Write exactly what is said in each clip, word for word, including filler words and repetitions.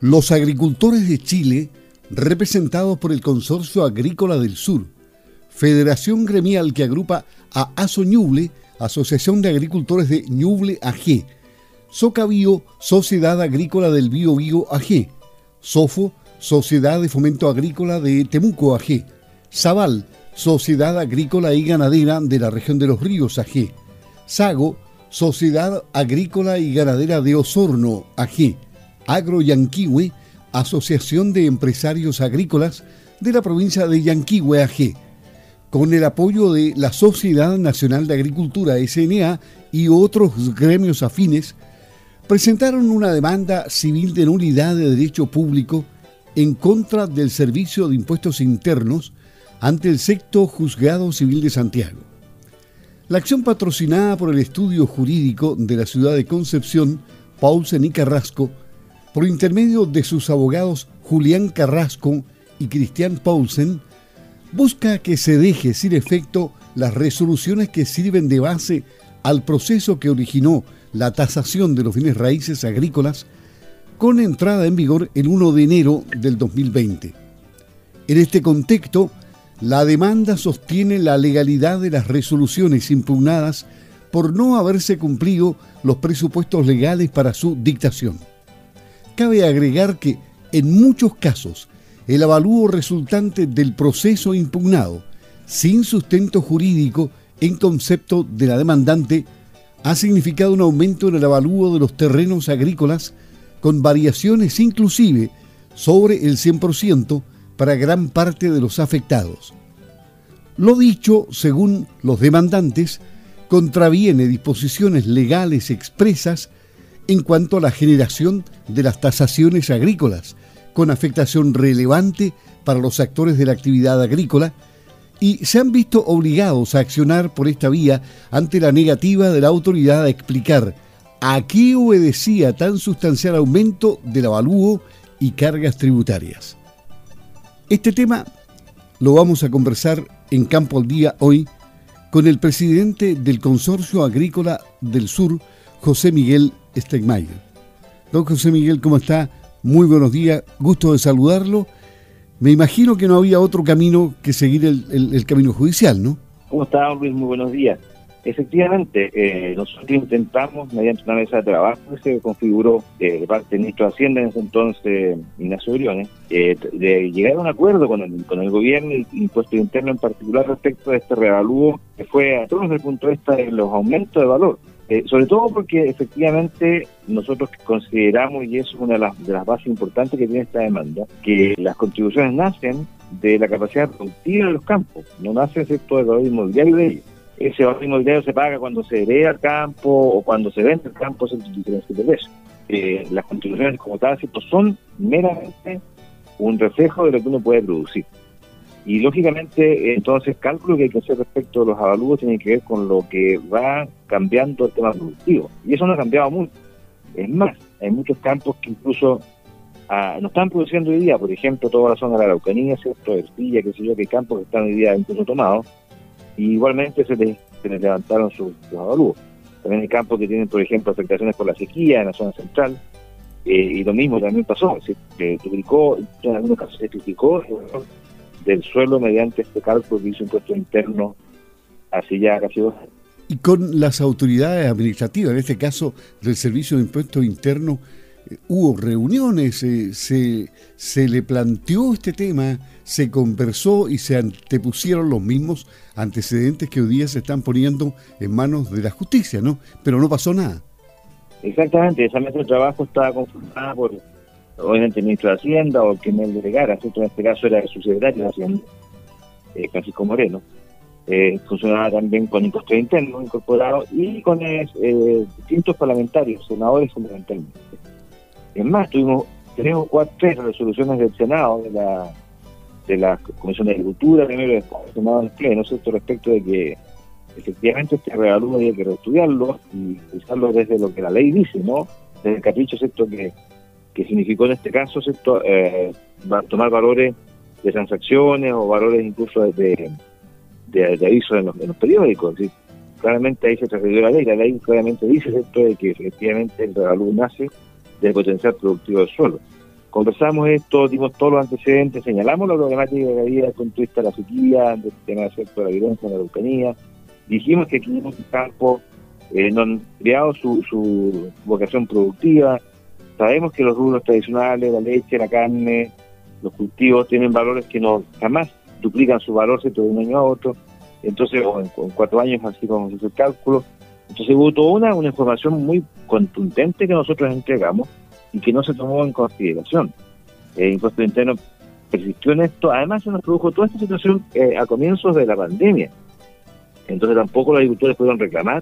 Los agricultores de Chile, representados por el Consorcio Agrícola del Sur, federación gremial que agrupa a ASO Ñuble, Asociación de Agricultores de Ñuble A G, Socabío, Sociedad Agrícola del Biobío A G, SOFO, Sociedad de Fomento Agrícola de Temuco A G, Sabal, Sociedad Agrícola y Ganadera de la Región de los Ríos A G, Sago, Sociedad Agrícola y Ganadera de Osorno A G, Agro Yanquihue, Asociación de Empresarios Agrícolas de la provincia de Yanquihue A G, con el apoyo de la Sociedad Nacional de Agricultura S N A y otros gremios afines, presentaron una demanda civil de nulidad de derecho público en contra del Servicio de Impuestos Internos ante el Sexto Juzgado Civil de Santiago. La acción, patrocinada por el estudio jurídico de la ciudad de Concepción, Paulsen y Carrasco, por intermedio de sus abogados Julián Carrasco y Cristian Paulsen, busca que se deje sin efecto las resoluciones que sirven de base al proceso que originó la tasación de los bienes raíces agrícolas con entrada en vigor el primero de enero del dos mil veinte. En este contexto, la demanda sostiene la legalidad de las resoluciones impugnadas por no haberse cumplido los presupuestos legales para su dictación. Cabe agregar que, en muchos casos, el avalúo resultante del proceso impugnado, sin sustento jurídico en concepto de la demandante, ha significado un aumento en el avalúo de los terrenos agrícolas, con variaciones inclusive sobre el cien por ciento para gran parte de los afectados. Lo dicho, según los demandantes, contraviene disposiciones legales expresas en cuanto a la generación de las tasaciones agrícolas, con afectación relevante para los actores de la actividad agrícola, y se han visto obligados a accionar por esta vía ante la negativa de la autoridad a explicar a qué obedecía tan sustancial aumento del avalúo y cargas tributarias. Este tema lo vamos a conversar en Campo al Día hoy con el presidente del Consorcio Agrícola del Sur, José Miguel Stegmayer. Don José Miguel, ¿cómo está? Muy buenos días, gusto de saludarlo. Me imagino que no había otro camino que seguir el, el, el camino judicial, ¿no? ¿Cómo está, Luis? Muy buenos días. Efectivamente, eh, nosotros intentamos, mediante una mesa de trabajo que se configuró eh, de parte del ministro de Hacienda en ese entonces, Ignacio Briones, eh, de llegar a un acuerdo con el, con el gobierno y el impuesto interno en particular respecto a este reavalúo que fue a todos desde el punto de vista de los aumentos de valor. Eh, sobre todo porque efectivamente nosotros consideramos, y es una de las, de las bases importantes que tiene esta demanda, que las contribuciones nacen de la capacidad productiva de los campos, no nacen excepto del valor inmobiliario de ellos. Ese valor inmobiliario se paga cuando se hereda el campo o cuando se vende el campo, es el diferencia de precio. Eh, las contribuciones como tal ¿cierto? Son meramente un reflejo de lo que uno puede producir. Y lógicamente, entonces, el cálculo que hay que hacer respecto a los avalúos tiene que ver con lo que va cambiando el tema productivo. Y eso no ha cambiado mucho. Es más, hay muchos campos que incluso ah, no están produciendo hoy día. Por ejemplo, toda la zona de la Araucanía, ¿cierto? Ercilla, qué sé yo, que hay campos que están hoy día incluso tomados. Y igualmente se les, se les levantaron sus, sus avalúos. También hay campos que tienen, por ejemplo, afectaciones por la sequía en la zona central. Eh, y lo mismo también pasó. Se, se duplicó, en algunos casos se triplicó del suelo mediante este cálculo que hizo impuesto interno hace ya casi dos años. Y con las autoridades administrativas, en este caso del Servicio de Impuestos Internos, eh, hubo reuniones, eh, se, se le planteó este tema, se conversó y se antepusieron los mismos antecedentes que hoy día se están poniendo en manos de la justicia, ¿no? Pero no pasó nada. Exactamente, esa mesa de trabajo estaba conformada por obviamente el ministro de Hacienda o el que me delegara, ¿cierto? En este caso era el subsecretario de Hacienda, eh, Francisco Moreno. Eh, funcionaba también con impuestos internos incorporados y con eh, distintos parlamentarios, senadores fundamentalmente. Es más, tuvimos tres o cuatro tres resoluciones del Senado, de la de la Comisión de Agricultura, primero después del Senado en pleno, ¿cierto? Respecto de que efectivamente este reavalúo había que reestudiarlo y usarlo desde lo que la ley dice, ¿no? Desde el capricho, ¿cierto? Que que significó en este caso, ¿cierto? Eh, va a tomar valores de transacciones o valores incluso de, de, de aviso en los, en los periódicos. ¿Sí? Claramente ahí se transgredió la ley. La ley claramente dice, ¿cierto?, de que efectivamente el reavalúo nace del potencial productivo del suelo. conversamos esto, dimos todos los antecedentes, señalamos la problemática que había desde el punto de vista de la sequía, del tema de efecto de la violencia en la Araucanía. Dijimos que aquí en un campo eh, no han creado su, su vocación productiva. Sabemos que los rubros tradicionales, la leche, la carne, los cultivos tienen valores que no jamás duplican su valor, ¿cierto?, de un año a otro. Entonces, o en, en cuatro años, así como se hace el cálculo. Entonces hubo toda una, una información muy contundente que nosotros entregamos y que no se tomó en consideración. El impuesto interno persistió en esto. Además, se nos produjo toda esta situación eh, a comienzos de la pandemia. Entonces tampoco los agricultores pudieron reclamar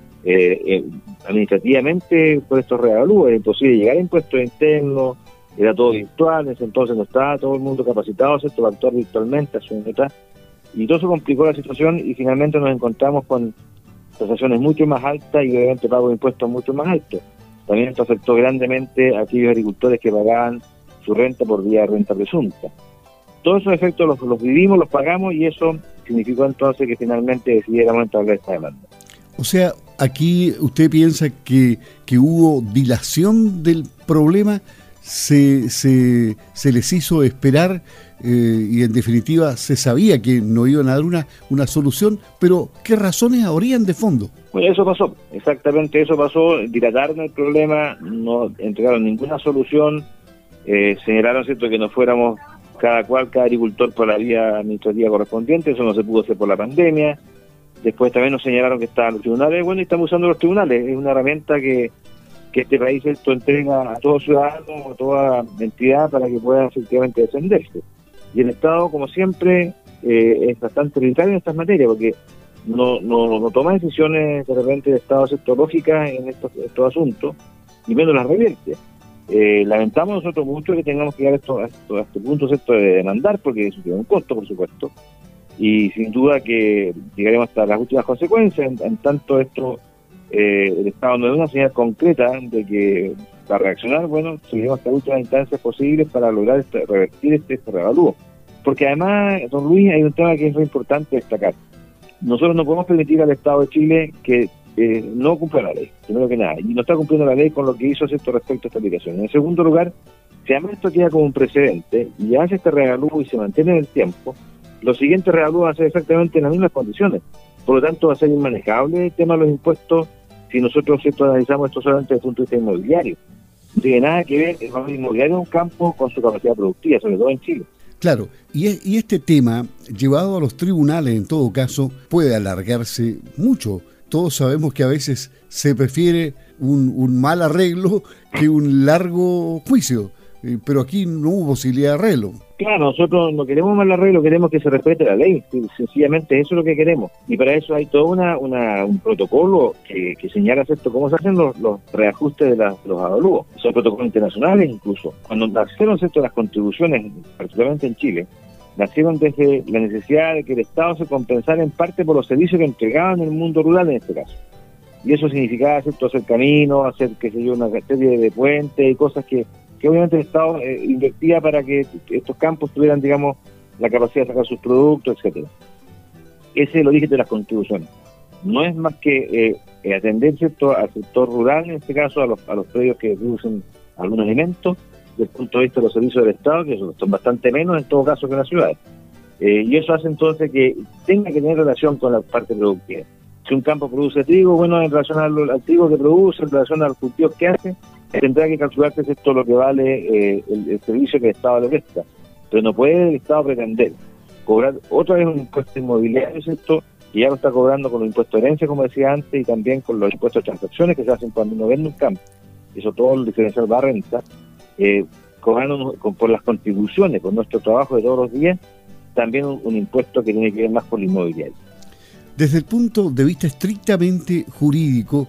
eh, eh, administrativamente por estos reavalúos. Era imposible llegar a impuestos internos, era todo virtual, en ese entonces no estaba todo el mundo capacitado, ¿cierto?, para actuar virtualmente, a su mitad. Y todo eso complicó la situación y finalmente nos encontramos con tasaciones mucho más altas y obviamente pago de impuestos mucho más altos. También esto afectó grandemente a aquellos agricultores que pagaban su renta por vía de renta presunta. Todos esos efectos los, los vivimos, los pagamos y eso significó entonces que finalmente decidiéramos entablar esta demanda. O sea, aquí usted piensa que, que hubo dilación del problema, se, se, se les hizo esperar eh, y en definitiva se sabía que no iban a dar una, una solución, pero ¿qué razones habrían de fondo? Bueno, eso pasó, exactamente eso pasó, dilataron el problema, no entregaron ninguna solución, eh, señalaron, ¿cierto?, que no fuéramos cada cual, cada agricultor por la vía administrativa correspondiente, eso no se pudo hacer por la pandemia. Después también nos señalaron que estaban los tribunales, bueno, y estamos usando los tribunales, es una herramienta que, que este país esto entrega a todos ciudadanos, a toda entidad para que puedan efectivamente defenderse. Y el Estado, como siempre, eh, es bastante arbitrario en estas materias, porque no, no, no toma decisiones de repente de Estado lógicas en estos, estos asuntos, y menos las revierte. Eh, lamentamos nosotros mucho que tengamos que llegar a, esto, a, esto, a este punto, ¿cierto?, de demandar, porque eso tiene un costo, por supuesto, y sin duda que llegaremos hasta las últimas consecuencias, en, en tanto esto, eh, el Estado no da una señal concreta de que va a reaccionar, bueno, seguiremos hasta las últimas instancias posibles para lograr este, revertir este, este revalúo. Porque además, don Luis, hay un tema que es muy importante destacar. Nosotros no podemos permitir al Estado de Chile que Eh, no cumple la ley, primero que nada, y no está cumpliendo la ley con lo que hizo, ¿cierto?, respecto a esta aplicación. En segundo lugar, si además esto queda como un precedente y hace este revalúo y se mantiene en el tiempo, los siguientes revalúos van a ser exactamente en las mismas condiciones. Por lo tanto, va a ser inmanejable el tema de los impuestos si nosotros, ¿cierto?, analizamos esto solamente desde el punto de vista inmobiliario. No tiene nada que ver el valor inmobiliario de un campo con su capacidad productiva, sobre todo en Chile. Claro, y, es, y este tema, llevado a los tribunales en todo caso, puede alargarse mucho. Todos sabemos que a veces se prefiere un, un mal arreglo que un largo juicio, eh, pero aquí no hubo posibilidad de arreglo. Claro, nosotros no queremos mal arreglo, queremos que se respete la ley, sencillamente eso es lo que queremos. Y para eso hay todo una, una, un protocolo que, que señala, ¿cierto?, cómo se hacen los, los reajustes de la, los avalúos. Son protocolos internacionales incluso. Cuando nacieron, ¿cierto?, las contribuciones, particularmente en Chile, nacieron desde la necesidad de que el Estado se compensara en parte por los servicios que entregaban en el mundo rural en este caso. Y eso significaba, ¿cierto?, hacer caminos, hacer, qué sé yo, una serie de puentes y cosas que, que obviamente el Estado eh, invertía para que estos campos tuvieran, digamos, la capacidad de sacar sus productos, etcétera. Ese es el origen de las contribuciones. No es más que eh, atender, ¿cierto?, al sector rural, en este caso, a los, a los predios que producen algunos alimentos, desde el punto de vista de los servicios del Estado, que son bastante menos en todo caso que en las ciudades. Eh, y eso hace entonces que tenga que tener relación con la parte productiva. Si un campo produce trigo, bueno, en relación al, al trigo que produce, en relación al cultivo que hace, tendrá que calcularse esto lo que vale eh, el, el servicio que el Estado le presta. Pero no puede el Estado pretender cobrar otra vez un impuesto inmobiliario, ¿cierto?, que ya lo está cobrando con los impuestos de herencia, como decía antes, y también con los impuestos de transacciones que se hacen cuando uno vende un campo. Eso todo el diferencial va a renta. Eh, cobrando con, por las contribuciones, por nuestro trabajo de todos los días, también un, un impuesto que tiene que ver más con lo inmobiliario. Desde el punto de vista estrictamente jurídico,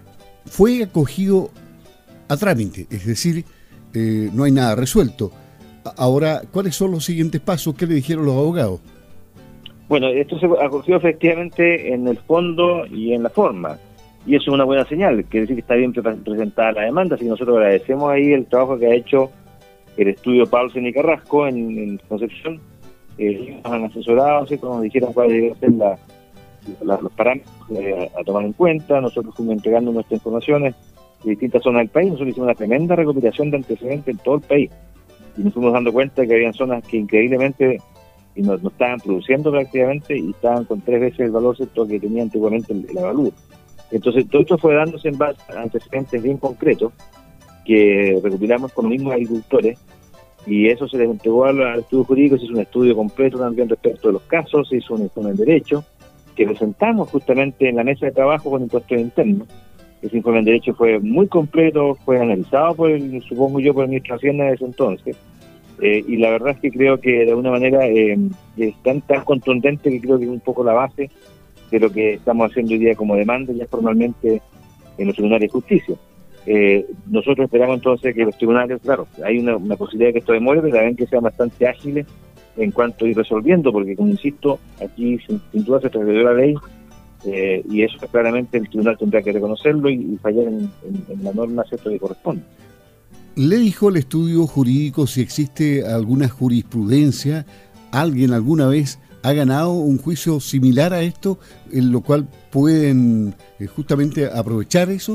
fue acogido a trámite, es decir, eh, no hay nada resuelto. Ahora, ¿cuáles son los siguientes pasos? ¿Qué le dijeron los abogados? Bueno, esto se acogió efectivamente en el fondo y en la forma. Y eso es una buena señal, quiere decir que está bien presentada la demanda, así que nosotros agradecemos ahí el trabajo que ha hecho el estudio Paulsen y Carrasco en, en Concepción. Eh, nos han asesorado, ¿cierto?, nos dijeron cuáles deben ser la, la, los parámetros eh, a, a tomar en cuenta. Nosotros fuimos entregando nuestras informaciones de distintas zonas del país. Nosotros hicimos una tremenda recopilación de antecedentes en todo el país. y nos fuimos dando cuenta que habían zonas que increíblemente y no, no estaban produciendo prácticamente y estaban con tres veces el valor, ¿cierto?, que tenía antiguamente el, el avalúo. Entonces todo esto fue dándose en base a antecedentes bien concretos que recopilamos con los mismos agricultores, y eso se les entregó al, al estudio jurídico. Se hizo un estudio completo también respecto de los casos, se hizo un informe de derecho que presentamos justamente en la mesa de trabajo con impuestos internos. Ese informe de derecho fue muy completo, fue analizado por el, supongo yo, por el ministro de Hacienda de ese entonces, eh, y la verdad es que creo que de alguna manera eh, es tan, tan contundente que creo que es un poco la base de lo que estamos haciendo hoy día como demanda ya formalmente en los tribunales de justicia. Eh, nosotros esperamos entonces que los tribunales, claro, hay una, una posibilidad de que esto demore, pero también que sean bastante ágiles en cuanto a ir resolviendo, porque como insisto, aquí sin, sin duda se transgredió la ley, eh, y eso claramente el tribunal tendrá que reconocerlo y, y fallar en, en, en la norma, ¿cierto?, que corresponde. ¿Le dijo el estudio jurídico si existe alguna jurisprudencia? ¿Alguien alguna vez ha ganado un juicio similar a esto, en lo cual pueden eh, justamente aprovechar eso?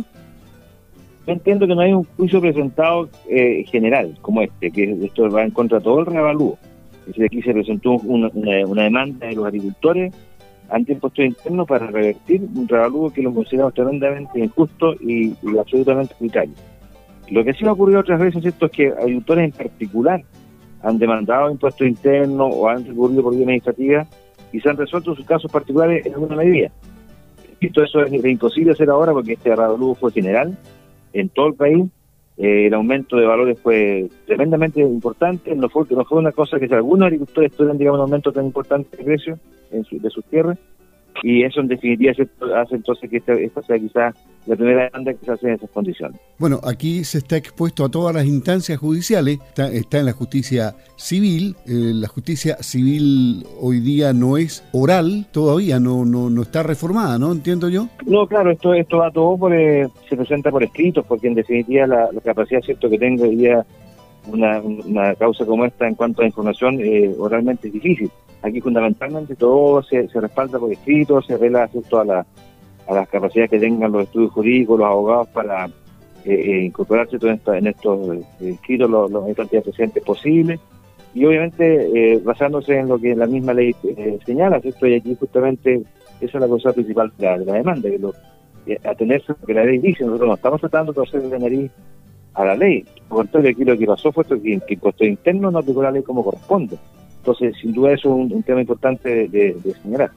Yo entiendo que no hay un juicio presentado eh, general como este, que esto va en contra de todo el reavalúo. Es decir, aquí se presentó una, una, una demanda de los agricultores ante impuestos internos para revertir un reavalúo que lo consideramos tremendamente injusto y, y absolutamente arbitrario. Lo que sí ha ocurrido otras veces, ¿cierto?, es que agricultores en particular han demandado impuestos internos o han recurrido por vía administrativa y se han resuelto sus casos particulares en alguna medida. Esto eso es imposible hacer ahora porque este reavalúo fue general en todo el país. Eh, el aumento de valores fue tremendamente importante. No fue, no fue una cosa que si algunos agricultores tuvieran, digamos, un aumento tan importante de precios en su, de sus tierras, y eso en definitiva hace entonces que esta, esta sea quizás la primera demanda que se hace en esas condiciones. Bueno, aquí se está expuesto a todas las instancias judiciales, está, está en la justicia civil. Eh, la justicia civil hoy día no es oral todavía, no no no está reformada, ¿no? Entiendo yo. No, claro, esto esto va todo por, eh, se presenta por escritos, porque en definitiva la, la capacidad, cierto, que tenga hoy día una, una causa como esta en cuanto a información eh, oralmente es difícil. Aquí fundamentalmente todo se, se respalda por escrito, se revela, ¿cierto?, a, la, a las capacidades que tengan los estudios jurídicos, los abogados para eh, eh, incorporarse en, esta, en estos eh, escritos lo, lo, la cantidad de antecedentes posible, y obviamente eh, basándose en lo que la misma ley eh, señala, ¿cierto? Y aquí justamente esa es la cosa principal de la, de la demanda, que lo, eh, atenerse a lo que la ley dice. Nosotros no estamos tratando de hacer de nariz a la ley. Por tanto, aquí lo que pasó fue que, que el costo interno no aplicó la ley como corresponde. Entonces, sin duda, eso es un, un tema importante de, de, de señalar.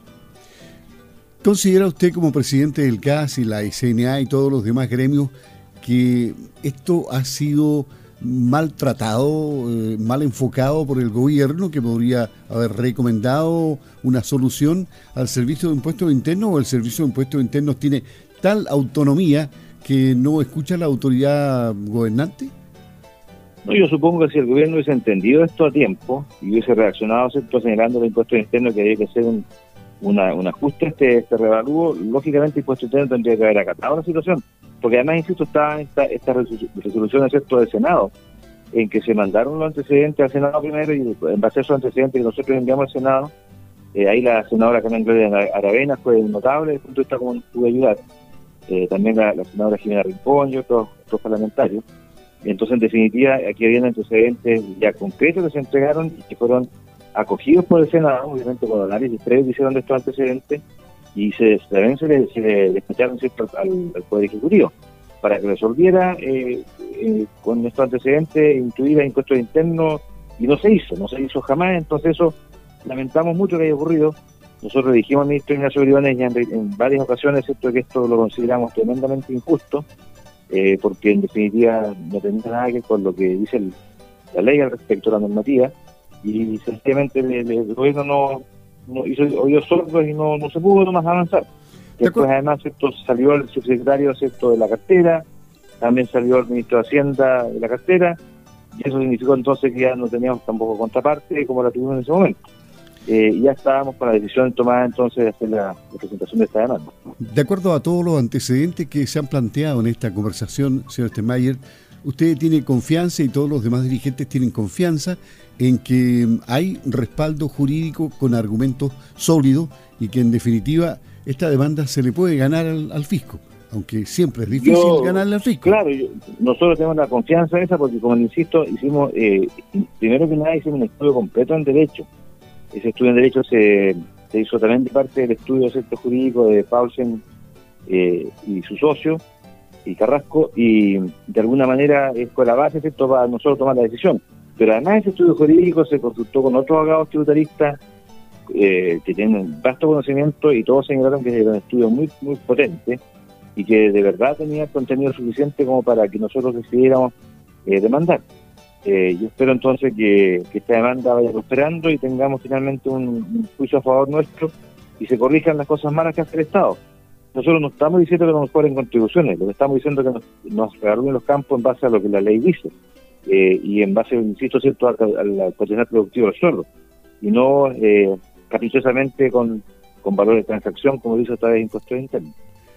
¿Considera usted, como presidente del C A S y la C N A y todos los demás gremios, que esto ha sido maltratado, eh, mal enfocado por el gobierno, que podría haber recomendado una solución al Servicio de Impuestos Internos, o el Servicio de Impuestos Internos tiene tal autonomía que no escucha la autoridad gobernante? No, yo supongo que si el gobierno hubiese entendido esto a tiempo y hubiese reaccionado, ¿cierto?, señalando los impuestos internos que había que hacer un, una, un ajuste a este, este revalúo, lógicamente el impuesto interno tendría que haber acatado la situación. Porque además, insisto, está esta, esta resolución, ¿cierto?, del Senado, en que se mandaron los antecedentes al Senado primero, y en base a esos antecedentes que nosotros enviamos al Senado, eh, ahí la senadora Carmen Gloria Aravena fue notable desde el punto de vista cómo nos pudo ayudar, eh, también la, la senadora Jimena Rincón y otros, otros parlamentarios. Entonces, en definitiva, aquí había antecedentes ya concretos que se entregaron y que fueron acogidos por el Senado, obviamente con análisis previos que hicieron de estos antecedentes, y se, también se le, se le despacharon, ¿cierto?, al, al Poder Ejecutivo para que resolviera eh, eh, con estos antecedentes, incluir impuestos internos, y no se hizo, no se hizo jamás. Entonces eso lamentamos mucho que haya ocurrido. Nosotros dijimos al ministro Ignacio Briones ya en, en varias ocasiones, ¿cierto?, que esto lo consideramos tremendamente injusto, eh, porque en definitiva no tenía nada que ver con lo que dice el, la ley al respecto de la normativa, y sencillamente el, el gobierno no, no hizo oídos sordos y no, no se pudo nomás avanzar. Después, además, ¿cierto?, salió el subsecretario, ¿cierto?, de la cartera, también salió el ministro de Hacienda de la cartera, y eso significó entonces que ya no teníamos tampoco contraparte como la tuvimos en ese momento. Eh, ya estábamos con la decisión tomada entonces de hacer la, la presentación de esta demanda. De acuerdo a todos los antecedentes que se han planteado en esta conversación, señor Stenmayer, usted tiene confianza, y todos los demás dirigentes tienen confianza, en que hay respaldo jurídico con argumentos sólidos y que en definitiva esta demanda se le puede ganar al, al fisco. aunque siempre es difícil Yo, ganarle al fisco. Claro, yo, nosotros tenemos la confianza en esa porque, como le insisto, hicimos, eh, primero que nada, hicimos un estudio completo en Derecho. Ese estudio en Derecho se, se hizo también de parte del estudio de centro jurídico de Paulsen eh, y su socio, y Carrasco, y de alguna manera es con la base, ¿cierto?, para nosotros tomar la decisión. Pero además ese estudio jurídico se consultó con otros abogados tributaristas eh, que tienen vasto conocimiento y todos señalaron que era un estudio muy, muy potente y que de verdad tenía contenido suficiente como para que nosotros decidiéramos eh, demandar. Eh, yo espero entonces que, que esta demanda vaya prosperando y tengamos finalmente un, un juicio a favor nuestro y se corrijan las cosas malas que hace el Estado. Nosotros no estamos diciendo que nos cobren contribuciones, lo que estamos diciendo es que nos, nos regaluen los campos en base a lo que la ley dice eh, y en base, insisto, cierto, al, al potencial productivo del suelo y no eh, caprichosamente con, con valores de transacción, como dice otra vez impuestos internos.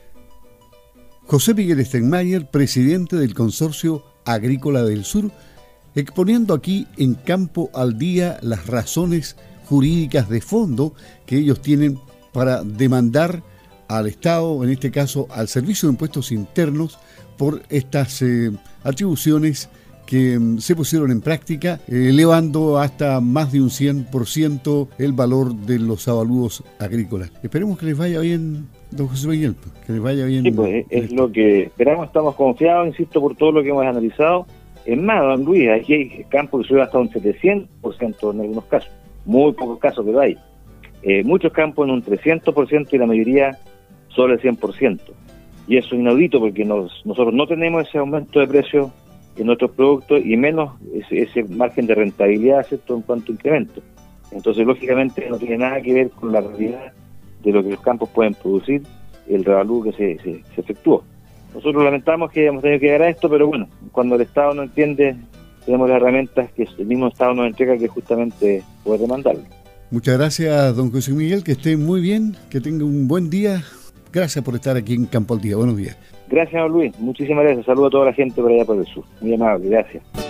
José Miguel Stenmayer, presidente del Consorcio Agrícola del Sur, exponiendo aquí en Campo al Día las razones jurídicas de fondo que ellos tienen para demandar al Estado, en este caso al Servicio de Impuestos Internos, por estas eh, atribuciones que mm, se pusieron en práctica, eh, elevando hasta más de un cien por ciento el valor de los avalúos agrícolas. Esperemos que les vaya bien, don José Miguel, que les vaya bien. Sí, pues es lo que esperamos, estamos confiados, insisto, por todo lo que hemos analizado. Es más, don Luis, aquí hay campos que suben hasta un setecientos por ciento en algunos casos, muy pocos casos, pero hay. Eh, muchos campos en un trescientos por ciento y la mayoría solo el cien por ciento. Y eso es inaudito porque nos, nosotros no tenemos ese aumento de precio en nuestros productos y menos ese, ese margen de rentabilidad, ¿cierto?, en cuanto a incremento. Entonces, lógicamente, no tiene nada que ver con la realidad de lo que los campos pueden producir, el revalúo que se, se, se efectuó. Nosotros lamentamos que hayamos tenido que llegar a esto, pero bueno, cuando el Estado no entiende, tenemos las herramientas que el mismo Estado nos entrega, que es justamente poder demandarlo. Muchas gracias, don José Miguel, que esté muy bien, que tenga un buen día. Gracias por estar aquí en Campo al Día. Buenos días. Gracias, don Luis. Muchísimas gracias. Saludo a toda la gente por allá por el sur. Muy amable. Gracias.